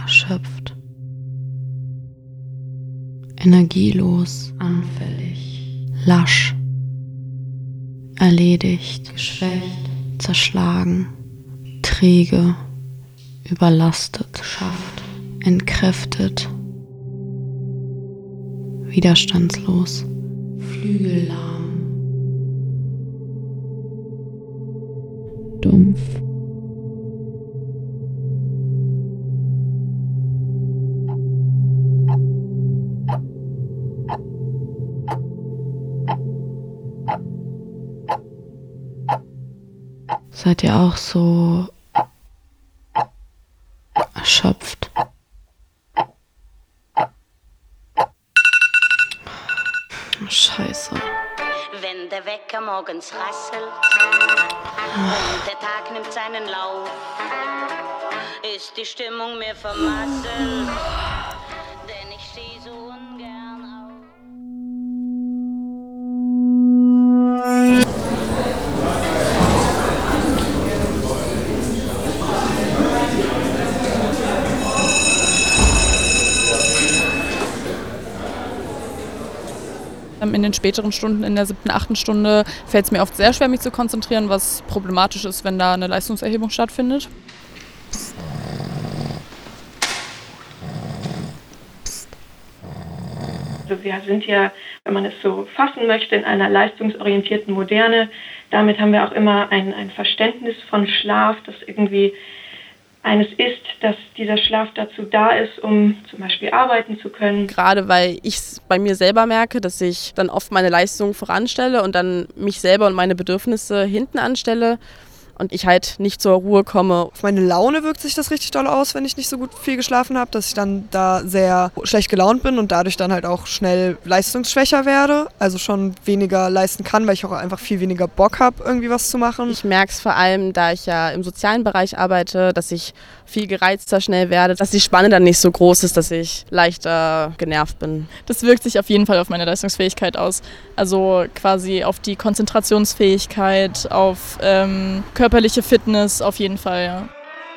erschöpft, energielos, anfällig, lasch, erledigt, geschwächt, zerschlagen, träge, überlastet, geschafft, entkräftet, widerstandslos, flügellahm, dumpf. Seid ihr auch so erschöpft? Scheiße. Wenn der Wecker morgens rasselt und der Tag nimmt seinen Lauf, ist die Stimmung mir vermasselt, denn ich stehe so ungern auf. In den späteren Stunden, in der 7., 8. Stunde, fällt es mir oft sehr schwer, mich zu konzentrieren, was problematisch ist, wenn da eine Leistungserhebung stattfindet. Also wir sind ja, wenn man es so fassen möchte, in einer leistungsorientierten Moderne. Damit haben wir auch immer ein Verständnis von Schlaf, das irgendwie eines ist, dass dieser Schlaf dazu da ist, um zum Beispiel arbeiten zu können. Gerade weil ich es bei mir selber merke, dass ich dann oft meine Leistung voranstelle und dann mich selber und meine Bedürfnisse hinten anstelle und ich halt nicht zur Ruhe komme. Auf meine Laune wirkt sich das richtig doll aus, wenn ich nicht so gut viel geschlafen habe, dass ich dann da sehr schlecht gelaunt bin und dadurch dann halt auch schnell leistungsschwächer werde, also schon weniger leisten kann, weil ich auch einfach viel weniger Bock habe, irgendwie was zu machen. Ich merke es vor allem, da ich ja im sozialen Bereich arbeite, dass ich viel gereizter schnell werde, dass die Spanne dann nicht so groß ist, dass ich leichter genervt bin. Das wirkt sich auf jeden Fall auf meine Leistungsfähigkeit aus. Also quasi auf die Konzentrationsfähigkeit, auf körperliche Fitness auf jeden Fall, ja.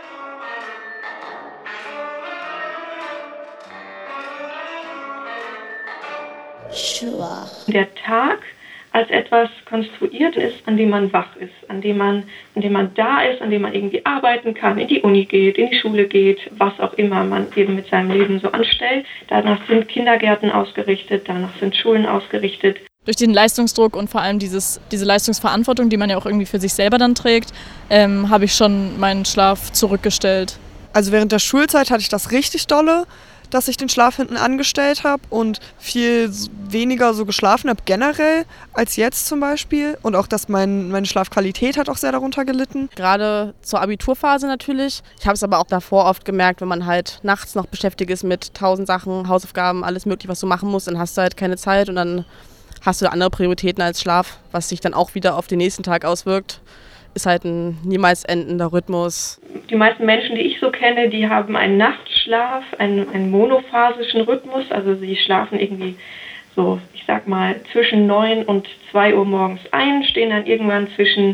Schwach. Der Tag als etwas konstruiert ist, an dem man wach ist, an dem man da ist, an dem man irgendwie arbeiten kann, in die Uni geht, in die Schule geht, was auch immer man eben mit seinem Leben so anstellt. Danach sind Kindergärten ausgerichtet, danach sind Schulen ausgerichtet. Durch den Leistungsdruck und vor allem diese Leistungsverantwortung, die man ja auch irgendwie für sich selber dann trägt, habe ich schon meinen Schlaf zurückgestellt. Also während der Schulzeit hatte ich das richtig dolle, dass ich den Schlaf hinten angestellt habe und viel weniger so geschlafen habe generell als jetzt zum Beispiel. Und auch, dass meine Schlafqualität hat auch sehr darunter gelitten. Gerade zur Abiturphase natürlich. Ich habe es aber auch davor oft gemerkt, wenn man halt nachts noch beschäftigt ist mit 1000 Sachen, Hausaufgaben, alles mögliche, was du machen musst, dann hast du halt keine Zeit und dann hast du andere Prioritäten als Schlaf, was sich dann auch wieder auf den nächsten Tag auswirkt. Ist halt ein niemals endender Rhythmus. Die meisten Menschen, die ich so kenne, die haben einen Nachtschlaf, einen monophasischen Rhythmus. Also sie schlafen irgendwie so, ich sag mal, zwischen 9 und 2 Uhr morgens ein, stehen dann irgendwann zwischen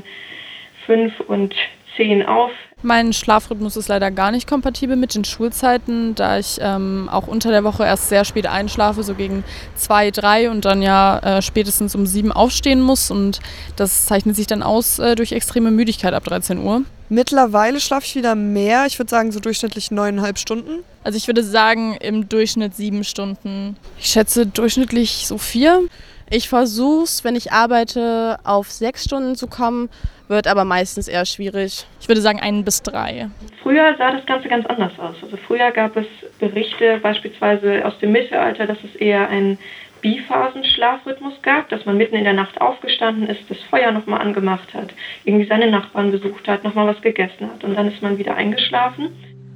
5 und 10 auf. Mein Schlafrhythmus ist leider gar nicht kompatibel mit den Schulzeiten, da ich auch unter der Woche erst sehr spät einschlafe, so gegen 2, 3 und dann ja spätestens um 7 aufstehen muss. Und das zeichnet sich dann aus durch extreme Müdigkeit ab 13 Uhr. Mittlerweile schlafe ich wieder mehr, ich würde sagen so durchschnittlich 9,5 Stunden. Also ich würde sagen im Durchschnitt 7 Stunden. Ich schätze durchschnittlich so 4. Ich versuche es, wenn ich arbeite, auf 6 Stunden zu kommen, wird aber meistens eher schwierig. Ich würde sagen 1 bis 3. Früher sah das Ganze ganz anders aus. Also früher gab es Berichte beispielsweise aus dem Mittelalter, dass es eher einen Biphasen-Schlafrhythmus gab, dass man mitten in der Nacht aufgestanden ist, das Feuer nochmal angemacht hat, irgendwie seine Nachbarn besucht hat, nochmal was gegessen hat und dann ist man wieder eingeschlafen.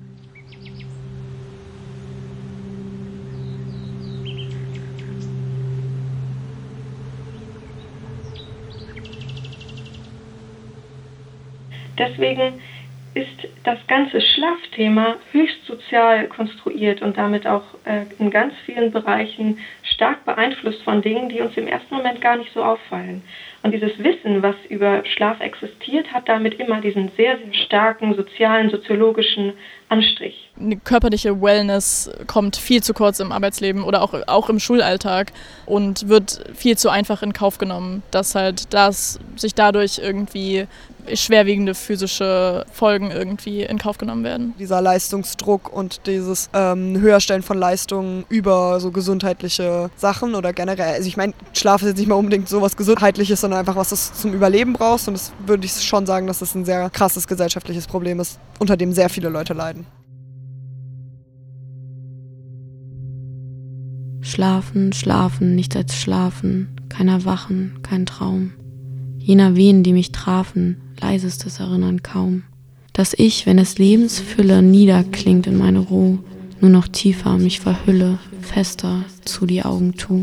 Deswegen ist das ganze Schlafthema höchst sozial konstruiert und damit auch in ganz vielen Bereichen stark beeinflusst von Dingen, die uns im ersten Moment gar nicht so auffallen. Und dieses Wissen, was über Schlaf existiert, hat damit immer diesen sehr, sehr starken sozialen, soziologischen Anstrich. Eine körperliche Wellness kommt viel zu kurz im Arbeitsleben oder auch im Schulalltag und wird viel zu einfach in Kauf genommen, dass sich dadurch irgendwie schwerwiegende physische Folgen irgendwie in Kauf genommen werden. Dieser Leistungsdruck und dieses Höherstellen von Leistungen über so gesundheitliche Sachen oder generell, also ich meine, Schlaf ist jetzt nicht mal unbedingt so was Gesundheitliches, sondern einfach was du zum Überleben brauchst und das würde ich schon sagen, dass das ein sehr krasses gesellschaftliches Problem ist, unter dem sehr viele Leute leiden. Schlafen, schlafen, nichts als schlafen, kein Erwachen, kein Traum. Jener Wehen, die mich trafen, leisestes Erinnern kaum. Dass ich, wenn des Lebens Fülle niederklingt in meine Ruhe, nur noch tiefer mich verhülle, fester zu die Augen tu.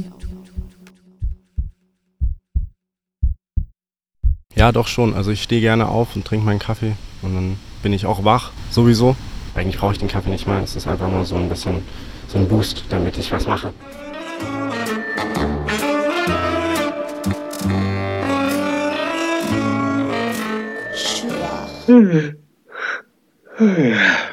Ja, doch schon. Also ich stehe gerne auf und trinke meinen Kaffee und dann bin ich auch wach, sowieso. Eigentlich brauche ich den Kaffee nicht mal, es ist einfach nur so ein bisschen so ein Boost, damit ich was mache. Schwach.